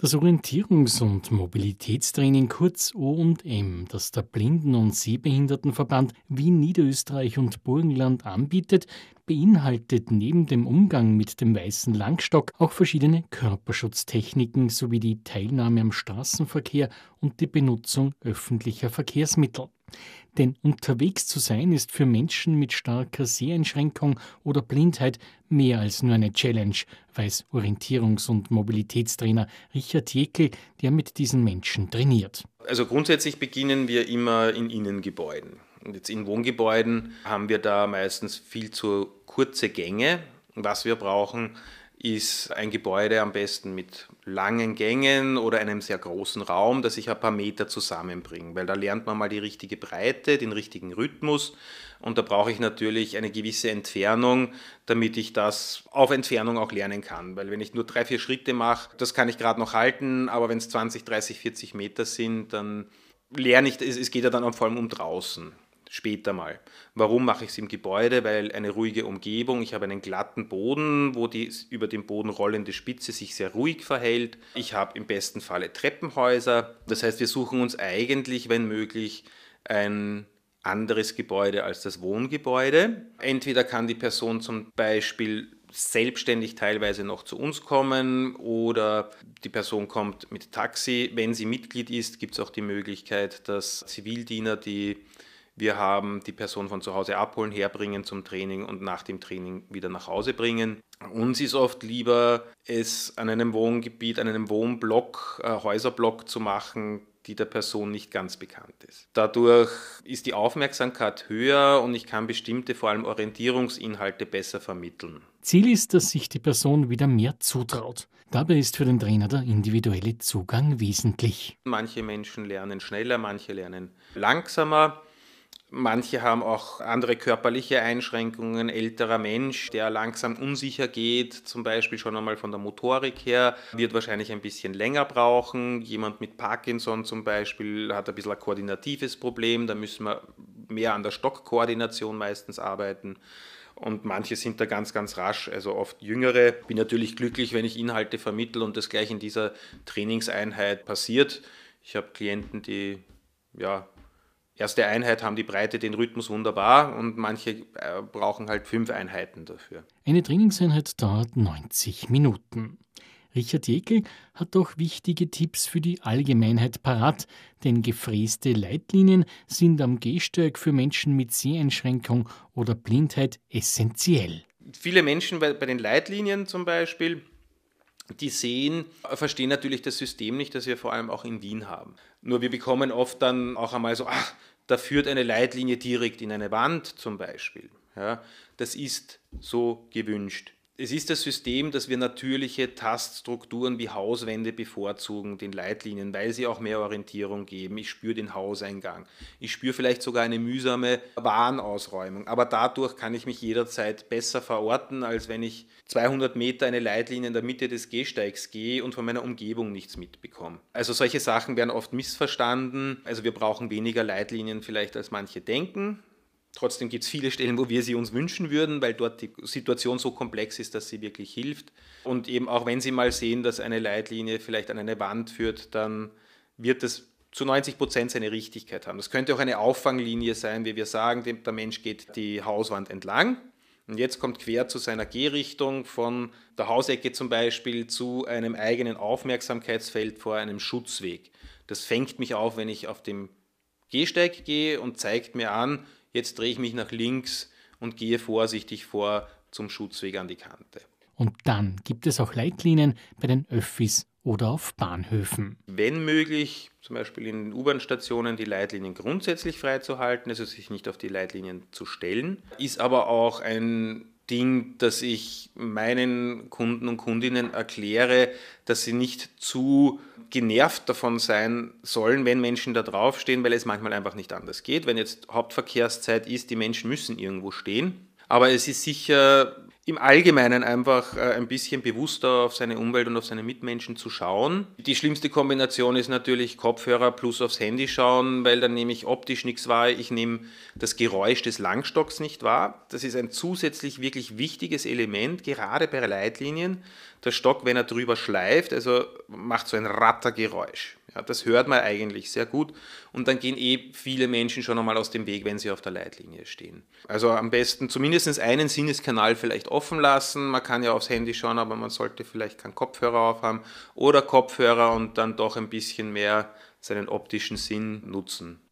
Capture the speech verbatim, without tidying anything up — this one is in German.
Das Orientierungs- und Mobilitätstraining kurz O und M, das der Blinden- und Sehbehindertenverband Wien, Niederösterreich und Burgenland anbietet, beinhaltet neben dem Umgang mit dem weißen Langstock auch verschiedene Körperschutztechniken sowie die Teilnahme am Straßenverkehr und die Benutzung öffentlicher Verkehrsmittel. Denn unterwegs zu sein ist für Menschen mit starker Seheinschränkung oder Blindheit mehr als nur eine Challenge, weiß Orientierungs- und Mobilitätstrainer Richard Jekyll, der mit diesen Menschen trainiert. Also grundsätzlich beginnen wir immer in Innengebäuden. Und jetzt in Wohngebäuden haben wir da meistens viel zu kurze Gänge. Was wir brauchen, ist ein Gebäude am besten mit langen Gängen oder einem sehr großen Raum, das sich ein paar Meter zusammenbringt, weil da lernt man mal die richtige Breite, den richtigen Rhythmus und da brauche ich natürlich eine gewisse Entfernung, damit ich das auf Entfernung auch lernen kann, weil wenn ich nur drei, vier Schritte mache, das kann ich gerade noch halten, aber wenn es zwanzig, dreißig, vierzig Meter sind, dann lerne ich, es geht ja dann vor allem um draußen. Später mal. Warum mache ich es im Gebäude? Weil eine ruhige Umgebung, ich habe einen glatten Boden, wo die über den Boden rollende Spitze sich sehr ruhig verhält. Ich habe im besten Falle Treppenhäuser. Das heißt, wir suchen uns eigentlich, wenn möglich, ein anderes Gebäude als das Wohngebäude. Entweder kann die Person zum Beispiel selbstständig teilweise noch zu uns kommen oder die Person kommt mit Taxi. Wenn sie Mitglied ist, gibt es auch die Möglichkeit, dass Zivildiener, die wir haben, die Person von zu Hause abholen, herbringen zum Training und nach dem Training wieder nach Hause bringen. Uns ist oft lieber, es an einem Wohngebiet, an einem Wohnblock, äh, Häuserblock zu machen, die der Person nicht ganz bekannt ist. Dadurch ist die Aufmerksamkeit höher und ich kann bestimmte, vor allem Orientierungsinhalte besser vermitteln. Ziel ist, dass sich die Person wieder mehr zutraut. Dabei ist für den Trainer der individuelle Zugang wesentlich. Manche Menschen lernen schneller, manche lernen langsamer. Manche haben auch andere körperliche Einschränkungen. Älterer Mensch, der langsam unsicher geht, zum Beispiel schon einmal von der Motorik her, wird wahrscheinlich ein bisschen länger brauchen. Jemand mit Parkinson zum Beispiel hat ein bisschen ein koordinatives Problem. Da müssen wir mehr an der Stockkoordination meistens arbeiten. Und manche sind da ganz, ganz rasch, also oft Jüngere. Ich bin natürlich glücklich, wenn ich Inhalte vermittle und das gleich in dieser Trainingseinheit passiert. Ich habe Klienten, die ja erste Einheit haben die Breite, den Rhythmus wunderbar und manche äh, brauchen halt fünf Einheiten dafür. Eine Trainingseinheit dauert neunzig Minuten. Richard Jekyll hat auch wichtige Tipps für die Allgemeinheit parat, denn gefräste Leitlinien sind am Gehsteig für Menschen mit Seheinschränkung oder Blindheit essentiell. Viele Menschen bei, bei den Leitlinien zum Beispiel, die sehen, verstehen natürlich das System nicht, das wir vor allem auch in Wien haben. Nur wir bekommen oft dann auch einmal so, ach, da führt eine Leitlinie direkt in eine Wand zum Beispiel. Ja, das ist so gewünscht. Es ist das System, dass wir natürliche Taststrukturen wie Hauswände bevorzugen, den Leitlinien, weil sie auch mehr Orientierung geben. Ich spüre den Hauseingang. Ich spüre vielleicht sogar eine mühsame Warenausräumung. Aber dadurch kann ich mich jederzeit besser verorten, als wenn ich zweihundert Meter eine Leitlinie in der Mitte des Gehsteigs gehe und von meiner Umgebung nichts mitbekomme. Also solche Sachen werden oft missverstanden. Also wir brauchen weniger Leitlinien vielleicht, als manche denken. Trotzdem gibt es viele Stellen, wo wir sie uns wünschen würden, weil dort die Situation so komplex ist, dass sie wirklich hilft. Und eben auch wenn Sie mal sehen, dass eine Leitlinie vielleicht an eine Wand führt, dann wird es zu neunzig Prozent seine Richtigkeit haben. Das könnte auch eine Auffanglinie sein, wie wir sagen, der Mensch geht die Hauswand entlang und jetzt kommt quer zu seiner Gehrichtung von der Hausecke zum Beispiel zu einem eigenen Aufmerksamkeitsfeld vor einem Schutzweg. Das fängt mich auf, wenn ich auf dem Gehsteig gehe und zeigt mir an, jetzt drehe ich mich nach links und gehe vorsichtig vor zum Schutzweg an die Kante. Und dann gibt es auch Leitlinien bei den Öffis oder auf Bahnhöfen. Wenn möglich, zum Beispiel in den U-Bahn-Stationen, die Leitlinien grundsätzlich freizuhalten, also sich nicht auf die Leitlinien zu stellen, ist aber auch ein Ding, dass ich meinen Kunden und Kundinnen erkläre, dass sie nicht zu genervt davon sein sollen, wenn Menschen da draufstehen, weil es manchmal einfach nicht anders geht. Wenn jetzt Hauptverkehrszeit ist, die Menschen müssen irgendwo stehen. Aber es ist sicher Im Allgemeinen einfach ein bisschen bewusster auf seine Umwelt und auf seine Mitmenschen zu schauen. Die schlimmste Kombination ist natürlich Kopfhörer plus aufs Handy schauen, weil dann nehme ich optisch nichts wahr, ich nehme das Geräusch des Langstocks nicht wahr. Das ist ein zusätzlich wirklich wichtiges Element, gerade bei Leitlinien. Der Stock, wenn er drüber schleift, also macht so ein Rattergeräusch. Ja, das hört man eigentlich sehr gut und dann gehen eh viele Menschen schon einmal aus dem Weg, wenn sie auf der Leitlinie stehen. Also am besten zumindest einen Sinneskanal vielleicht offen lassen. Man kann ja aufs Handy schauen, aber man sollte vielleicht keinen Kopfhörer aufhaben oder Kopfhörer und dann doch ein bisschen mehr seinen optischen Sinn nutzen.